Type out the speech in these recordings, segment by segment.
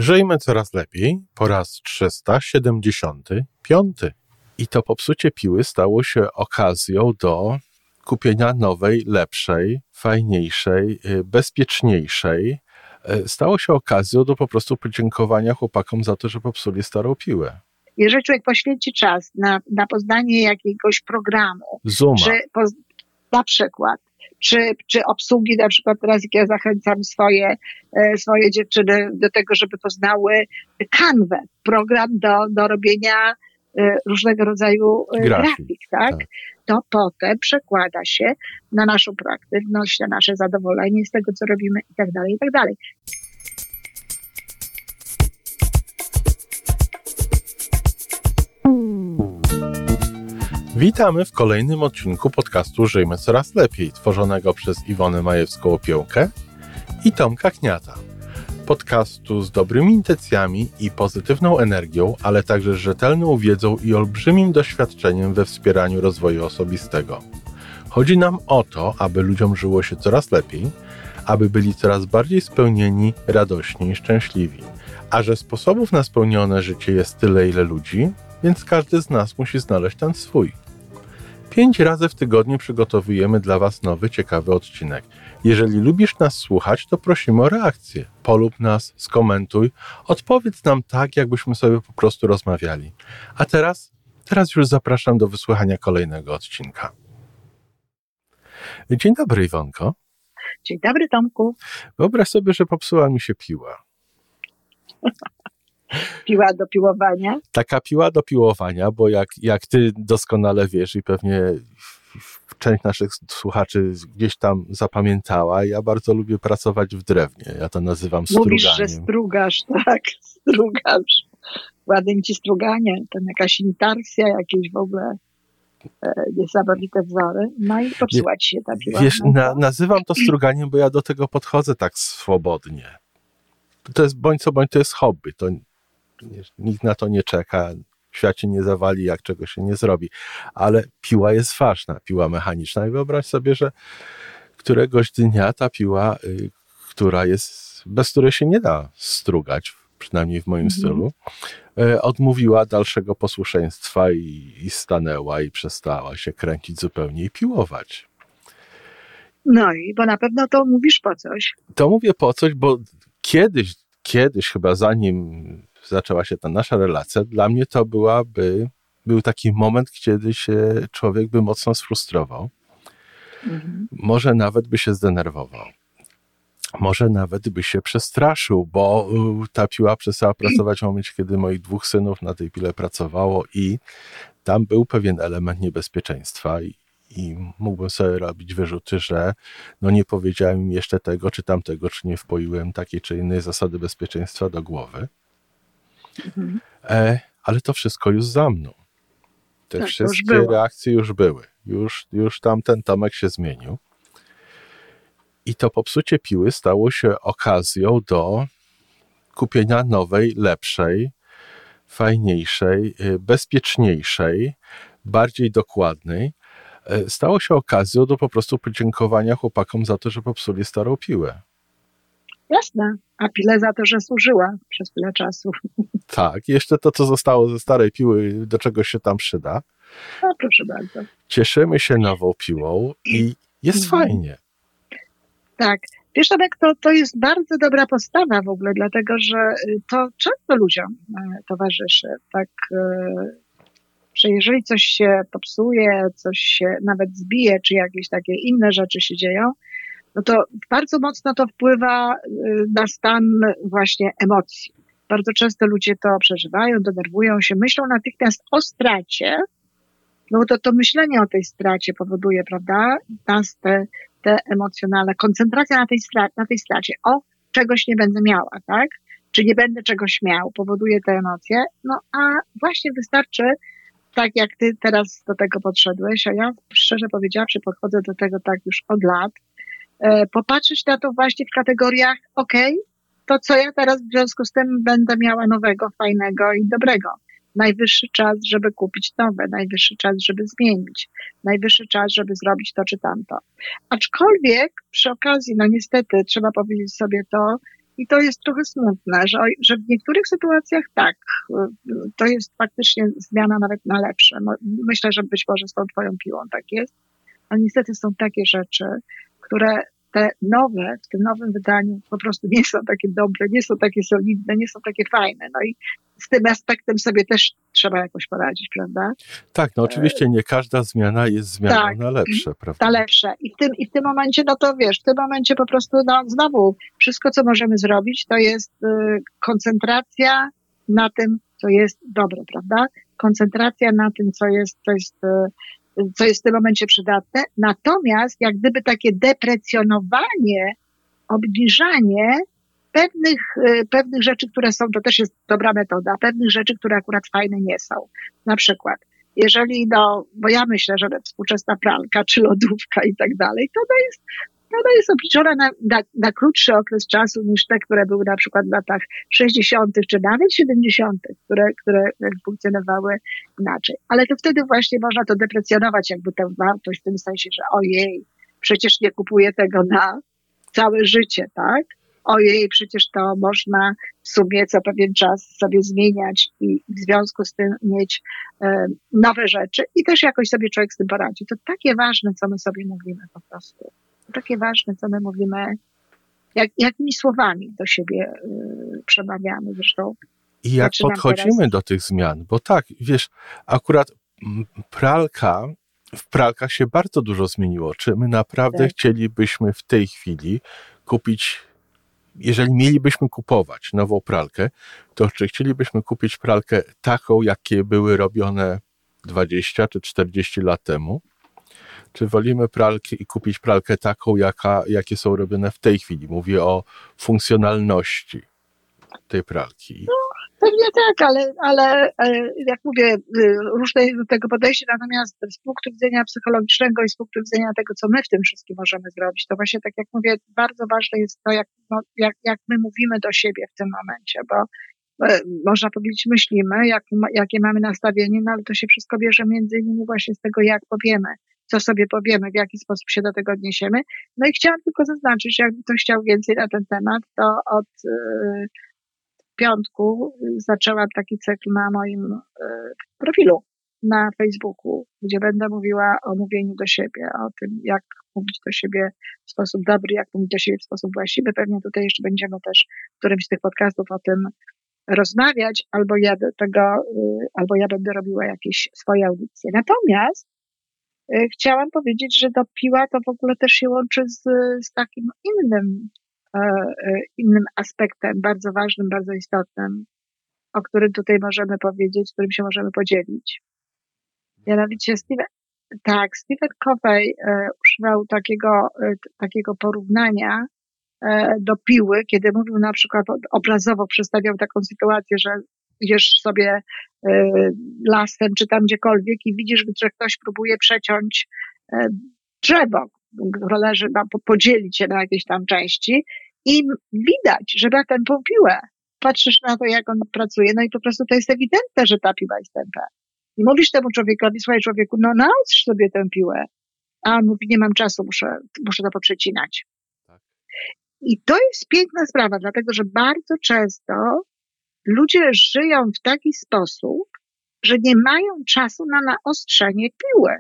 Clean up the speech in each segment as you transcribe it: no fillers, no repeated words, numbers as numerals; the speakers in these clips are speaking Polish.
Żyjmy coraz lepiej po raz 375. I to popsucie piły stało się okazją do kupienia nowej, lepszej, fajniejszej, bezpieczniejszej. Stało się okazją do po prostu podziękowania chłopakom za to, że popsuli starą piłę. Jeżeli człowiek poświęci czas na poznanie jakiegoś programu, Zooma. Na przykład, czy obsługi, na przykład teraz jak ja zachęcam swoje dziewczyny do tego, żeby poznały Canvę, program do robienia różnego rodzaju grafik, tak? To potem przekłada się na naszą proaktywność, na nasze zadowolenie z tego, co robimy i tak dalej, i tak dalej. Witamy w kolejnym odcinku podcastu Żyjmy Coraz Lepiej, tworzonego przez Iwonę Majewską-Opiełkę i Tomka Kniata. Podcastu z dobrymi intencjami i pozytywną energią, ale także rzetelną wiedzą i olbrzymim doświadczeniem we wspieraniu rozwoju osobistego. Chodzi nam o to, aby ludziom żyło się coraz lepiej, aby byli coraz bardziej spełnieni, radośni i szczęśliwi. A że sposobów na spełnione życie jest tyle, ile ludzi, więc każdy z nas musi znaleźć ten swój. 5 razy w tygodniu przygotowujemy dla Was nowy, ciekawy odcinek. Jeżeli lubisz nas słuchać, to prosimy o reakcję. Polub nas, skomentuj, odpowiedz nam tak, jakbyśmy sobie po prostu rozmawiali. A teraz już zapraszam do wysłuchania kolejnego odcinka. Dzień dobry, Iwonko. Dzień dobry, Tomku. Wyobraź sobie, że popsuła mi się piła. Piła do piłowania? Taka piła do piłowania, bo jak ty doskonale wiesz i pewnie część naszych słuchaczy gdzieś tam zapamiętała, ja bardzo lubię pracować w drewnie. Ja to nazywam struganiem. Mówisz, że strugasz, tak, strugasz. Ładnie ci struganie, tam jakaś intarsja, jakieś w ogóle niesamowite wzory. No i popsuła ci się ta piła. Wiesz, nazywam to struganiem, bo ja do tego podchodzę tak swobodnie. To jest bądź co bądź, to jest hobby. To nikt na to nie czeka. Świat się nie zawali, jak czegoś się nie zrobi. Ale piła jest ważna, piła mechaniczna. I wyobraź sobie, że któregoś dnia ta piła, bez której się nie da strugać, przynajmniej w moim stylu, odmówiła dalszego posłuszeństwa i stanęła i przestała się kręcić zupełnie i piłować. No i bo na pewno to mówisz po coś. To mówię po coś, bo kiedyś chyba zanim zaczęła się ta nasza relacja, dla mnie to był taki moment, kiedy się człowiek by mocno sfrustrował. Może nawet by się zdenerwował. Może nawet by się przestraszył, bo ta piła przestała pracować w momencie, kiedy moich 2 synów na tej pile pracowało i tam był pewien element niebezpieczeństwa i mógłbym sobie robić wyrzuty, że nie powiedziałem im jeszcze tego, czy tamtego, czy nie wpoiłem takiej czy innej zasady bezpieczeństwa do głowy. Ale to wszystko już za mną. Te wszystkie reakcje już były. Już tamten Tomek się zmienił. I to popsucie piły stało się okazją do kupienia nowej, lepszej, fajniejszej, bezpieczniejszej, bardziej dokładnej. Stało się okazją do po prostu podziękowania chłopakom za to, że popsuli starą piłę. Jasne, a pile za to, że służyła przez tyle czasu. Tak, jeszcze to, co zostało ze starej piły, do czegoś się tam przyda. No, proszę bardzo. Cieszymy się nową piłą i jest fajnie. Tak. Wiesz, Tomek, to jest bardzo dobra postawa w ogóle, dlatego że to często ludziom towarzyszy. Tak, że jeżeli coś się popsuje, coś się nawet zbije, czy jakieś takie inne rzeczy się dzieją, no to bardzo mocno to wpływa na stan właśnie emocji. Bardzo często ludzie to przeżywają, denerwują się, myślą natychmiast o stracie, no bo to myślenie o tej stracie powoduje, prawda, nas te emocjonalne, koncentracja na tej stracie. O, czegoś nie będę miała, tak? Czy nie będę czegoś miał, powoduje te emocje. No a właśnie wystarczy, tak jak ty teraz do tego podszedłeś, a ja szczerze powiedziawszy podchodzę do tego tak już od lat, popatrzeć na to właśnie w kategoriach, to co ja teraz w związku z tym będę miała nowego, fajnego i dobrego. Najwyższy czas, żeby kupić nowe, najwyższy czas, żeby zmienić, najwyższy czas, żeby zrobić to czy tamto. Aczkolwiek przy okazji, no niestety trzeba powiedzieć sobie to, I to jest trochę smutne, że w niektórych sytuacjach tak, to jest faktycznie zmiana nawet na lepsze. Myślę, że być może z tą twoją piłą tak jest, ale niestety są takie rzeczy, które te nowe, w tym nowym wydaniu po prostu nie są takie dobre, nie są takie solidne, nie są takie fajne. No i z tym aspektem sobie też trzeba jakoś poradzić, prawda? Tak, no oczywiście nie każda zmiana jest zmianą Tak, na lepsze, prawda? na lepsze. I w tym momencie, no to wiesz, w tym momencie po prostu, no znowu, wszystko, co możemy zrobić, to jest koncentracja na tym, co jest dobre, prawda? Koncentracja na tym, co jest w tym momencie przydatne. Natomiast jak gdyby takie deprecjonowanie, obniżanie pewnych rzeczy, które są, to też jest dobra metoda, pewnych rzeczy, które akurat fajne nie są. Na przykład, jeżeli, no, bo ja myślę, że współczesna pralka czy lodówka i tak dalej, to ona jest obliczona na krótszy okres czasu niż te, które były na przykład w latach 60. czy nawet 70., które funkcjonowały inaczej. Ale to wtedy właśnie można to deprecjonować, jakby tę wartość w tym sensie, że ojej, przecież nie kupuję tego na całe życie, tak? Ojej, przecież to można w sumie co pewien czas sobie zmieniać i w związku z tym mieć nowe rzeczy i też jakoś sobie człowiek z tym poradzi. To takie ważne, co my sobie mówimy po prostu. Takie ważne, co my mówimy, jakimi słowami do siebie przemawiamy. Zresztą i jak podchodzimy do tych zmian, bo tak, wiesz, akurat w pralkach się bardzo dużo zmieniło. Czy my naprawdę chcielibyśmy w tej chwili kupić, jeżeli mielibyśmy kupować nową pralkę, to czy chcielibyśmy kupić pralkę taką, jakie były robione 20 czy 40 lat temu? Czy wolimy kupić pralkę taką, jakie są robione w tej chwili? Mówię o funkcjonalności tej pralki. No, pewnie tak, ale jak mówię, różne jest do tego podejście, natomiast z punktu widzenia psychologicznego i z punktu widzenia tego, co my w tym wszystkim możemy zrobić, to właśnie tak jak mówię, bardzo ważne jest to, jak my mówimy do siebie w tym momencie, bo można powiedzieć, myślimy, jakie mamy nastawienie, no ale to się wszystko bierze między innymi właśnie z tego, jak powiemy, co sobie powiemy, w jaki sposób się do tego odniesiemy. No i chciałam tylko zaznaczyć, jakby ktoś chciał więcej na ten temat, to od piątku zaczęłam taki cykl na moim profilu na Facebooku, gdzie będę mówiła o mówieniu do siebie, o tym, jak mówić do siebie w sposób dobry, jak mówić do siebie w sposób właściwy. Pewnie tutaj jeszcze będziemy też w którymś z tych podcastów o tym rozmawiać, albo ja będę robiła jakieś swoje audycje. Natomiast chciałam powiedzieć, że to piła to w ogóle też się łączy z takim innym aspektem, bardzo ważnym, bardzo istotnym, o którym tutaj możemy powiedzieć, którym się możemy podzielić. Mianowicie Stephen Covey używał takiego porównania do piły, kiedy mówił na przykład obrazowo, przedstawiał taką sytuację, że idziesz sobie lasem czy tam gdziekolwiek i widzisz, że ktoś próbuje przeciąć drzewo, które leży, podzielić się na jakieś tam części i widać, że ma tępą piłę. Patrzysz na to, jak on pracuje, no i po prostu to jest ewidentne, że ta piła jest tępa. I mówisz temu człowiekowi, słuchaj człowieku, no naucz sobie tę piłę. A on mówi, nie mam czasu, muszę to poprzecinać. I to jest piękna sprawa, dlatego że bardzo często ludzie żyją w taki sposób, że nie mają czasu na naostrzenie piły.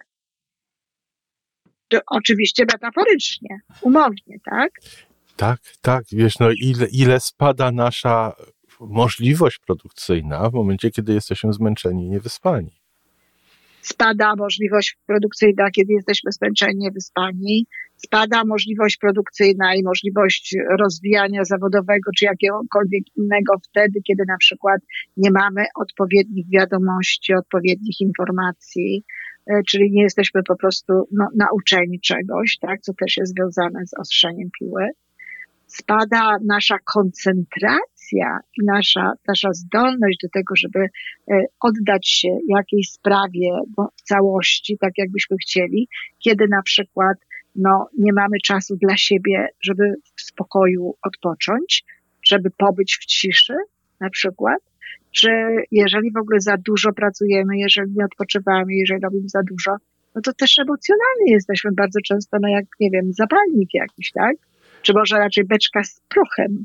To oczywiście metaforycznie, umownie, tak? Tak, wiesz, no ile spada nasza możliwość produkcyjna w momencie, kiedy jesteśmy zmęczeni i niewyspani. Spada możliwość produkcyjna, kiedy jesteśmy zmęczeni, niewyspani. Spada możliwość produkcyjna i możliwość rozwijania zawodowego czy jakiegokolwiek innego wtedy, kiedy na przykład nie mamy odpowiednich wiadomości, odpowiednich informacji, czyli nie jesteśmy po prostu nauczeni czegoś, tak, co też jest związane z ostrzeniem piły. Spada nasza koncentracja i nasza zdolność do tego, żeby oddać się jakiejś sprawie w całości, tak jakbyśmy chcieli, kiedy na przykład nie mamy czasu dla siebie, żeby w spokoju odpocząć, żeby pobyć w ciszy na przykład, czy jeżeli w ogóle za dużo pracujemy, jeżeli nie odpoczywamy, jeżeli robimy za dużo, no to też emocjonalnie jesteśmy bardzo często, jak, nie wiem, zapalnik jakiś, tak? Czy może raczej beczka z prochem.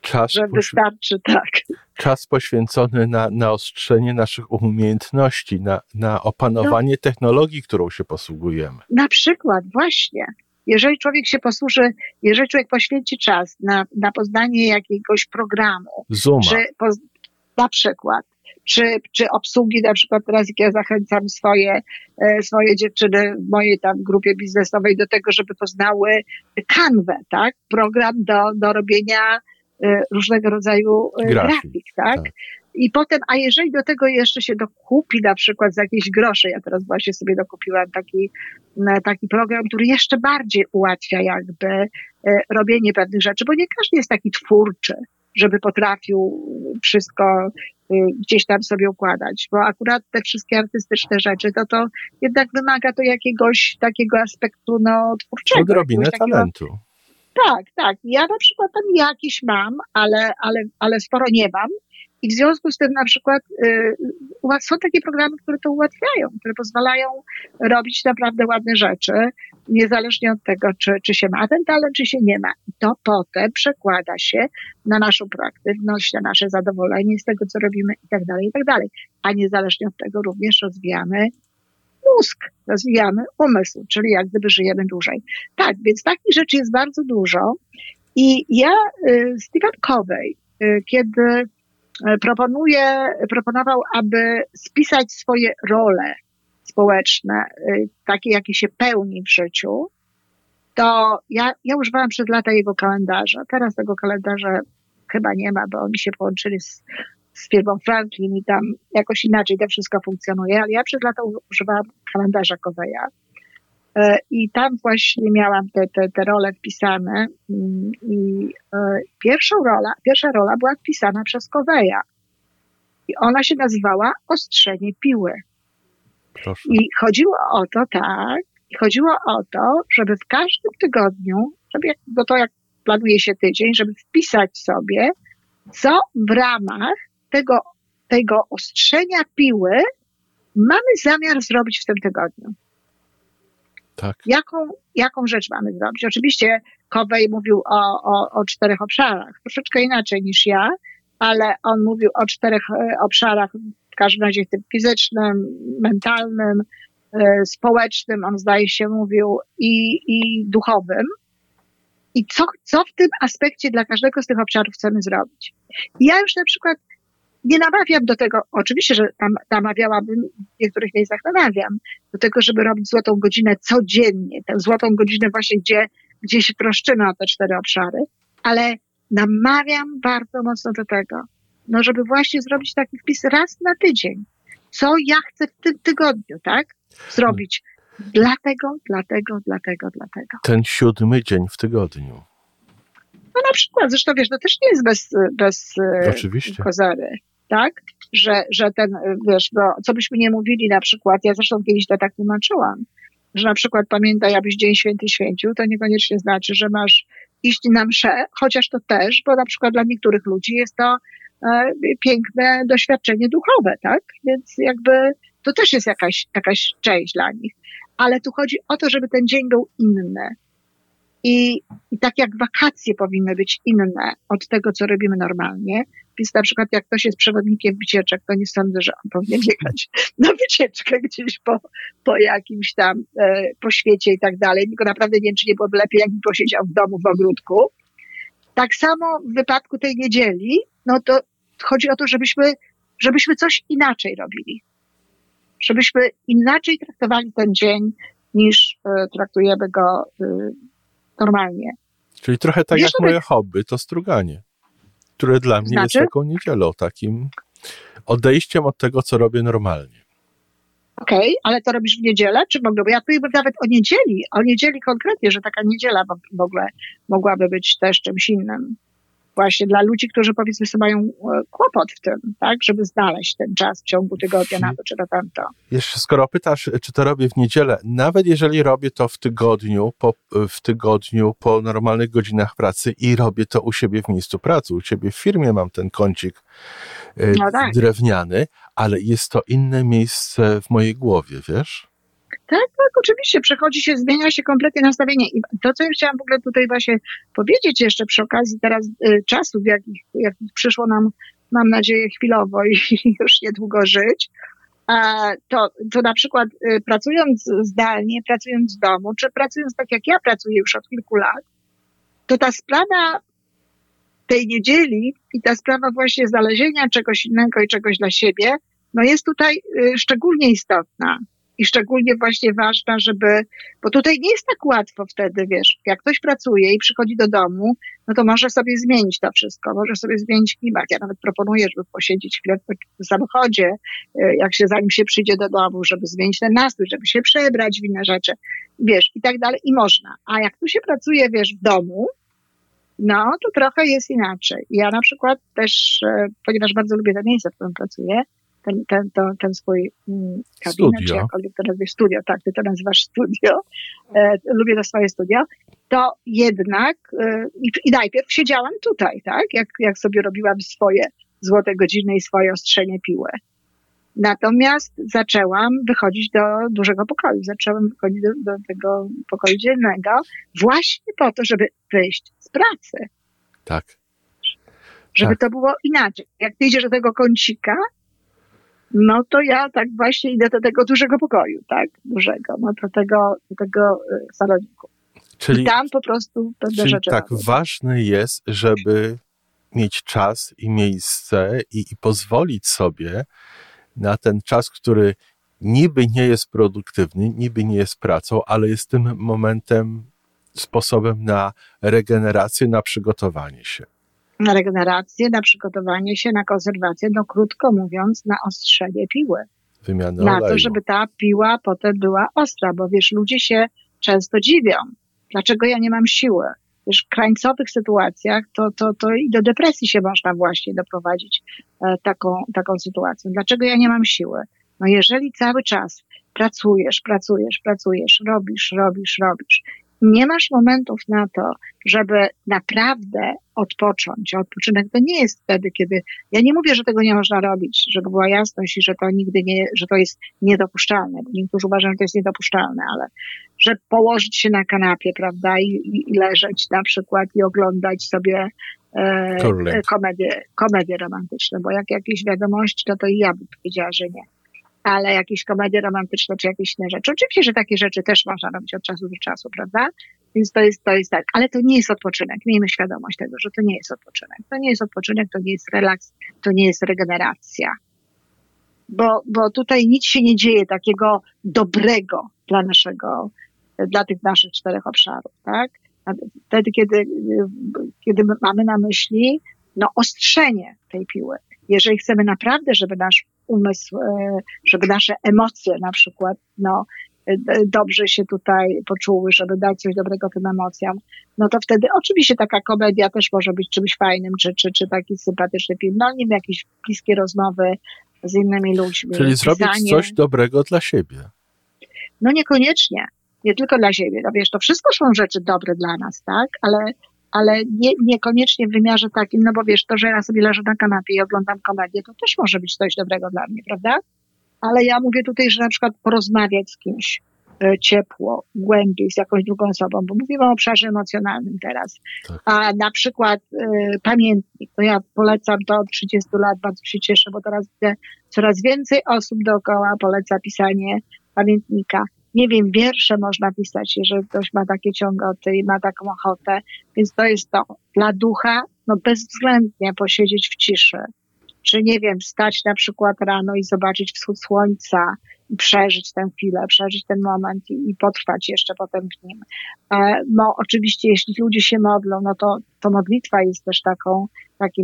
że wystarczy, tak. Czas poświęcony na naostrzenie naszych umiejętności, na opanowanie technologii, którą się posługujemy. Na przykład, właśnie. Jeżeli człowiek poświęci czas na poznanie jakiegoś programu, Zooma. Na przykład, czy obsługi, na przykład teraz jak ja zachęcam swoje dziewczyny w mojej tam grupie biznesowej do tego, żeby poznały Canvę, tak? Program do robienia różnego rodzaju grafik, tak? I potem, a jeżeli do tego jeszcze się dokupi na przykład za jakieś grosze, ja teraz właśnie sobie dokupiłam taki program, który jeszcze bardziej ułatwia jakby robienie pewnych rzeczy, bo nie każdy jest taki twórczy, żeby potrafił wszystko gdzieś tam sobie układać, bo akurat te wszystkie artystyczne rzeczy, to jednak wymaga to jakiegoś takiego aspektu twórczego. Odrobinę talentu. Tak. Ja na przykład tam jakiś mam, ale sporo nie mam. I w związku z tym na przykład są takie programy, które to ułatwiają, które pozwalają robić naprawdę ładne rzeczy, niezależnie od tego, czy się ma ten talent, czy się nie ma. I to potem przekłada się na naszą proaktywność, na nasze zadowolenie z tego, co robimy i tak dalej, i tak dalej. A niezależnie od tego również rozwijamy mózg, rozwijamy umysł, czyli jak gdyby żyjemy dłużej. Tak, więc takich rzeczy jest bardzo dużo. I ja, Stephen Covey, kiedy proponował, aby spisać swoje role społeczne, takie, jakie się pełni w życiu, to ja używałam przez lata jego kalendarza. Teraz tego kalendarza chyba nie ma, bo oni się połączyli z firmą Franklin i tam jakoś inaczej to wszystko funkcjonuje, ale ja przez lata używałam kalendarza Coveya. I tam właśnie miałam te role wpisane i pierwsza rola była wpisana przez Coveya. I ona się nazywała Ostrzenie piły. Proszę. I chodziło o to, żeby w każdym tygodniu, jak planuje się tydzień, żeby wpisać sobie, co w ramach tego ostrzenia piły mamy zamiar zrobić w tym tygodniu. Tak. Jaką rzecz mamy zrobić? Oczywiście Covey mówił o 4 obszarach, troszeczkę inaczej niż ja, ale on mówił o 4 obszarach, w każdym razie tym fizycznym, mentalnym, społecznym, on zdaje się mówił i duchowym. I co w tym aspekcie dla każdego z tych obszarów chcemy zrobić? I ja już na przykład nie namawiam do tego, oczywiście, że namawiałabym, w niektórych miejscach namawiam, do tego, żeby robić złotą godzinę codziennie, tę złotą godzinę właśnie, gdzie się troszczymy o te 4 obszary, ale namawiam bardzo mocno do tego, żeby właśnie zrobić taki wpis raz na tydzień. Co ja chcę w tym tygodniu, tak? Zrobić. Dlatego. Ten 7 dzień w tygodniu. No na przykład, zresztą wiesz, to też nie jest bez kozery, tak? Że ten, wiesz, bo co byśmy nie mówili na przykład, ja zresztą kiedyś to tak tłumaczyłam, że na przykład pamiętaj, abyś Dzień Święty święcił, to niekoniecznie znaczy, że masz iść na mszę, chociaż to też, bo na przykład dla niektórych ludzi jest to piękne doświadczenie duchowe, tak? Więc jakby to też jest jakaś część dla nich. Ale tu chodzi o to, żeby ten dzień był inny. I tak jak wakacje powinny być inne od tego, co robimy normalnie, więc na przykład jak ktoś jest przewodnikiem wycieczek, to nie sądzę, że on powinien jechać na wycieczkę gdzieś po jakimś tam, po świecie i tak dalej. Tylko naprawdę nie wiem, czy nie byłoby lepiej, jakby posiedział w domu, w ogródku. Tak samo w wypadku tej niedzieli, no to chodzi o to, żebyśmy coś inaczej robili. Żebyśmy inaczej traktowali ten dzień, niż traktujemy go normalnie. Czyli trochę tak jak moje hobby, to struganie, które dla mnie jest taką niedzielą, takim odejściem od tego, co robię normalnie. Okej, ale to robisz w niedzielę, czy w ogóle? Bo ja tu nawet o niedzieli konkretnie, że taka niedziela w ogóle mogłaby być też czymś innym. Właśnie dla ludzi, którzy powiedzmy sobie mają kłopot w tym, tak, żeby znaleźć ten czas w ciągu tygodnia na to czy na tamto. Jeszcze skoro pytasz, czy to robię w niedzielę, nawet jeżeli robię to w tygodniu po normalnych godzinach pracy i robię to u siebie w miejscu pracy, u ciebie w firmie mam ten kącik drewniany, ale jest to inne miejsce w mojej głowie, wiesz? Tak, oczywiście, przechodzi się, zmienia się kompletnie nastawienie. I to, co ja chciałam w ogóle tutaj właśnie powiedzieć jeszcze przy okazji teraz czasów, jakich przyszło nam, mam nadzieję, chwilowo i już niedługo żyć, to na przykład pracując zdalnie, pracując z domu, czy pracując tak jak ja pracuję już od kilku lat, to ta sprawa tej niedzieli i ta sprawa właśnie znalezienia czegoś innego i czegoś dla siebie, no jest tutaj szczególnie istotna. I szczególnie właśnie ważna, bo tutaj nie jest tak łatwo wtedy, wiesz, jak ktoś pracuje i przychodzi do domu, no to może sobie zmienić to wszystko, może sobie zmienić klimat. Ja nawet proponuję, żeby posiedzieć chwilę w samochodzie, zanim się przyjdzie do domu, żeby zmienić ten nastrój, żeby się przebrać w inne rzeczy, wiesz, i tak dalej, i można. A jak tu się pracuje, wiesz, w domu, no to trochę jest inaczej. Ja na przykład też, ponieważ bardzo lubię to miejsce, w którym pracuję, ten swój kabinet, czy jakkolwiek to nazwiesz, studio, tak, ty to nazywasz studio, lubię to swoje studio, to jednak i najpierw siedziałam tutaj, tak, jak sobie robiłam swoje złote godziny i swoje ostrzenie piły. Natomiast zaczęłam wychodzić do dużego pokoju, zaczęłam wychodzić do tego pokoju dziennego właśnie po to, żeby wyjść z pracy. Tak. Żeby to było inaczej. Jak ty idziesz do tego kącika, no to ja tak właśnie idę do tego dużego pokoju, tak, dużego, no do tego saloniku. I tam po prostu pewne rzeczy. Tak, ważne jest, żeby mieć czas i miejsce i pozwolić sobie na ten czas, który niby nie jest produktywny, niby nie jest pracą, ale jest tym momentem, sposobem na regenerację, na przygotowanie się. Na regenerację, na przygotowanie się, na konserwację, no krótko mówiąc, na ostrzenie piły. Wymianę na oleju. To, żeby ta piła potem była ostra, bo wiesz, ludzie się często dziwią. Dlaczego ja nie mam siły? Wiesz, w krańcowych sytuacjach to i do depresji się można właśnie doprowadzić taką sytuacją. Dlaczego ja nie mam siły? No jeżeli cały czas pracujesz, robisz, nie masz momentów na to, żeby naprawdę odpocząć. Odpoczynek to nie jest wtedy, kiedy... Ja nie mówię, że tego nie można robić, żeby była jasność i że to nigdy nie, że to jest niedopuszczalne, bo niektórzy uważają, że to jest niedopuszczalne, ale że położyć się na kanapie, prawda, i leżeć na przykład i oglądać sobie komedie romantyczne, bo jak jakieś wiadomości, to i ja bym powiedziała, że nie. Ale jakieś komedie romantyczne, czy jakieś inne rzeczy. Oczywiście, że takie rzeczy też można robić od czasu do czasu, prawda? Więc to jest tak. Ale to nie jest odpoczynek. Miejmy świadomość tego, że to nie jest odpoczynek. To nie jest odpoczynek, to nie jest relaks, to nie jest regeneracja. Bo tutaj nic się nie dzieje takiego dobrego dla tych naszych 4 obszarów, tak? Wtedy, kiedy mamy na myśli, ostrzenie tej piły. Jeżeli chcemy naprawdę, żeby nasz umysł, żeby nasze emocje na przykład, dobrze się tutaj poczuły, żeby dać coś dobrego tym emocjom, no to wtedy oczywiście taka komedia też może być czymś fajnym, czy taki sympatyczny film, nie wiem, jakieś bliskie rozmowy z innymi ludźmi. Czyli zrobić coś dobrego dla siebie. No niekoniecznie, nie tylko dla siebie, wiesz, to wszystko są rzeczy dobre dla nas, tak, ale niekoniecznie w wymiarze takim, bo wiesz, to, że ja sobie leżę na kanapie i oglądam komedię, to też może być coś dobrego dla mnie, prawda? Ale ja mówię tutaj, że na przykład porozmawiać z kimś ciepło, głębiej, z jakąś drugą osobą, bo mówimy o obszarze emocjonalnym teraz. Tak. A na przykład pamiętnik, to ja polecam to od 30 lat, bardzo się cieszę, bo teraz widzę, coraz więcej osób dookoła poleca pisanie pamiętnika. Nie wiem, wiersze można pisać, jeżeli ktoś ma takie ciągoty i ma taką ochotę. Więc to jest to dla ducha, bezwzględnie posiedzieć w ciszy. Czy nie wiem, wstać na przykład rano i zobaczyć wschód słońca i przeżyć tę chwilę, przeżyć ten moment i potrwać jeszcze potem w nim. Oczywiście, jeśli ludzie się modlą, to modlitwa jest też takim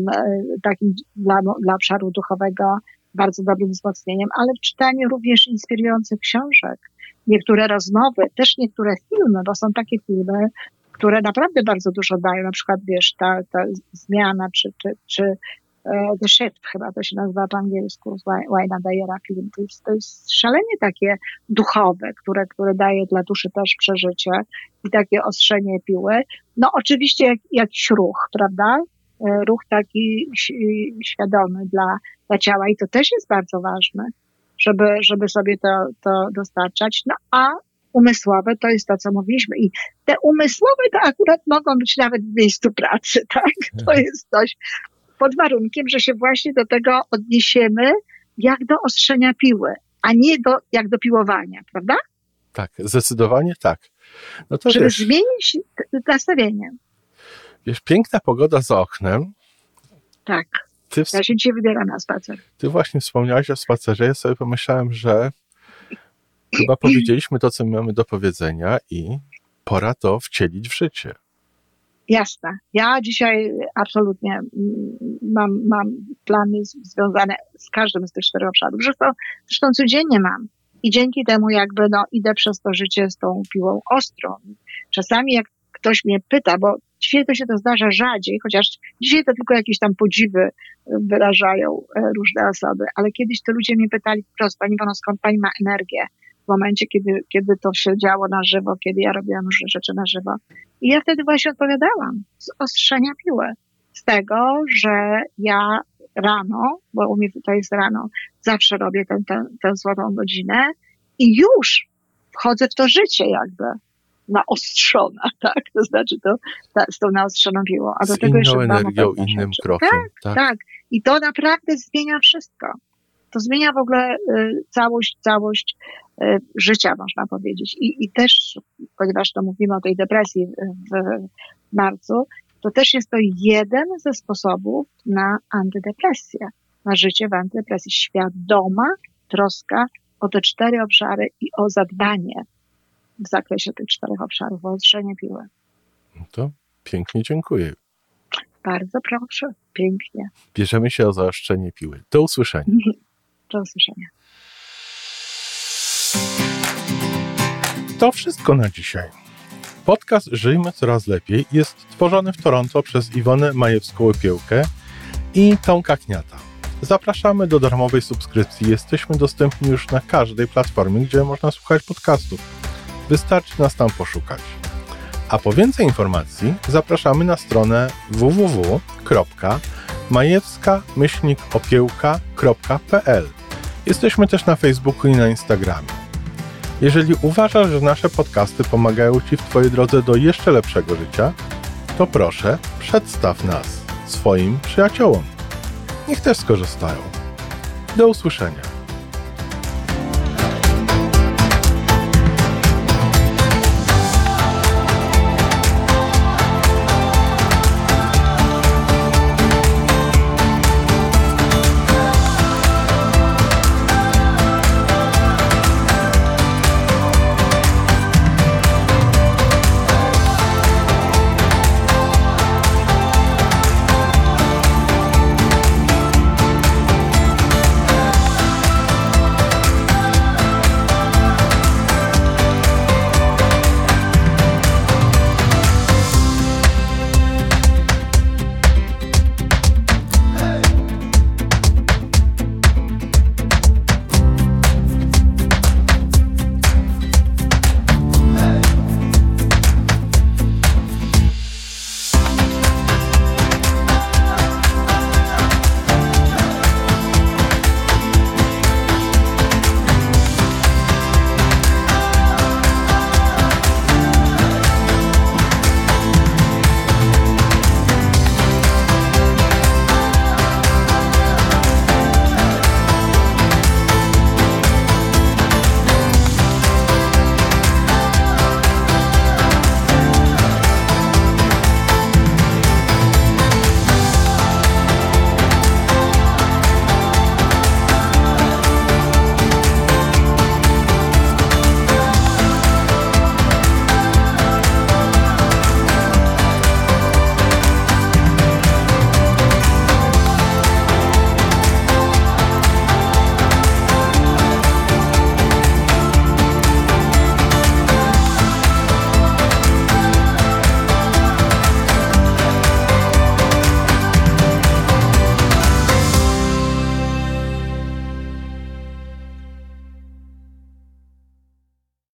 dla obszaru duchowego bardzo dobrym wzmocnieniem, ale w czytaniu również inspirujących książek. Niektóre rozmowy, też niektóre filmy, bo są takie filmy, które naprawdę bardzo dużo dają. Na przykład, wiesz, ta zmiana, czy The Shift, chyba to się nazywa po angielsku, Wayne'a Dyera film. To jest szalenie takie duchowe, które daje dla duszy też przeżycie i takie ostrzenie piły. Oczywiście jakiś ruch, prawda? Ruch taki świadomy dla ciała i to też jest bardzo ważne, żeby sobie to dostarczać. A umysłowe to jest to, co mówiliśmy. I te umysłowe to akurat mogą być nawet w miejscu pracy, tak? To jest coś pod warunkiem, że się właśnie do tego odniesiemy jak do ostrzenia piły, a nie jak do piłowania, prawda? Tak, zdecydowanie tak. No to żeby zmienić nastawienie. Wiesz, piękna pogoda za oknem. Tak. Ja się dzisiaj wybieram na spacer. Ty właśnie wspomniałaś o spacerze. Ja sobie pomyślałem, że chyba powiedzieliśmy to, co mamy do powiedzenia i pora to wcielić w życie. Jasne. Ja dzisiaj absolutnie mam plany związane z każdym z tych 4 obszarów. Zresztą codziennie mam. I dzięki temu jakby idę przez to życie z tą piłą ostrą. Czasami jak ktoś mnie pyta, bo dzisiaj to się to zdarza rzadziej, chociaż dzisiaj to tylko jakieś tam podziwy wyrażają różne osoby, ale kiedyś to ludzie mnie pytali wprost: Pani Iwono, skąd Pani ma energię w momencie, kiedy to się działo na żywo, kiedy ja robiłam różne rzeczy na żywo. I ja wtedy właśnie odpowiadałam z ostrzenia piły. Z tego, że ja rano, bo u mnie to jest rano, zawsze robię tę złotą godzinę i już wchodzę w to życie jakby naostrzona, tak? To znaczy z tą naostrzoną piłą. A do z tego inną jeszcze energią, innym krokiem. Tak. I to naprawdę zmienia wszystko. To zmienia w ogóle całość życia, można powiedzieć. I też, ponieważ to mówimy o tej depresji w marcu, to też jest to jeden ze sposobów na antydepresję, na życie w antydepresji. Świadoma troska o te 4 obszary i o zadbanie w zakresie tych 4 obszarów, o ostrzenie piły. To pięknie dziękuję. Bardzo proszę, pięknie. Bierzemy się o zaostrzenie piły. Do usłyszenia. Do usłyszenia. To wszystko na dzisiaj. Podcast Żyjmy Coraz Lepiej jest tworzony w Toronto przez Iwonę Majewską-Opiełkę i Tomka Kniata. Zapraszamy do darmowej subskrypcji. Jesteśmy dostępni już na każdej platformie, gdzie można słuchać podcastów. Wystarczy nas tam poszukać. A po więcej informacji zapraszamy na stronę www.majewska-opiełka.pl. Jesteśmy też na Facebooku i na Instagramie. Jeżeli uważasz, że nasze podcasty pomagają Ci w Twojej drodze do jeszcze lepszego życia, to proszę, przedstaw nas swoim przyjaciołom. Niech też skorzystają. Do usłyszenia.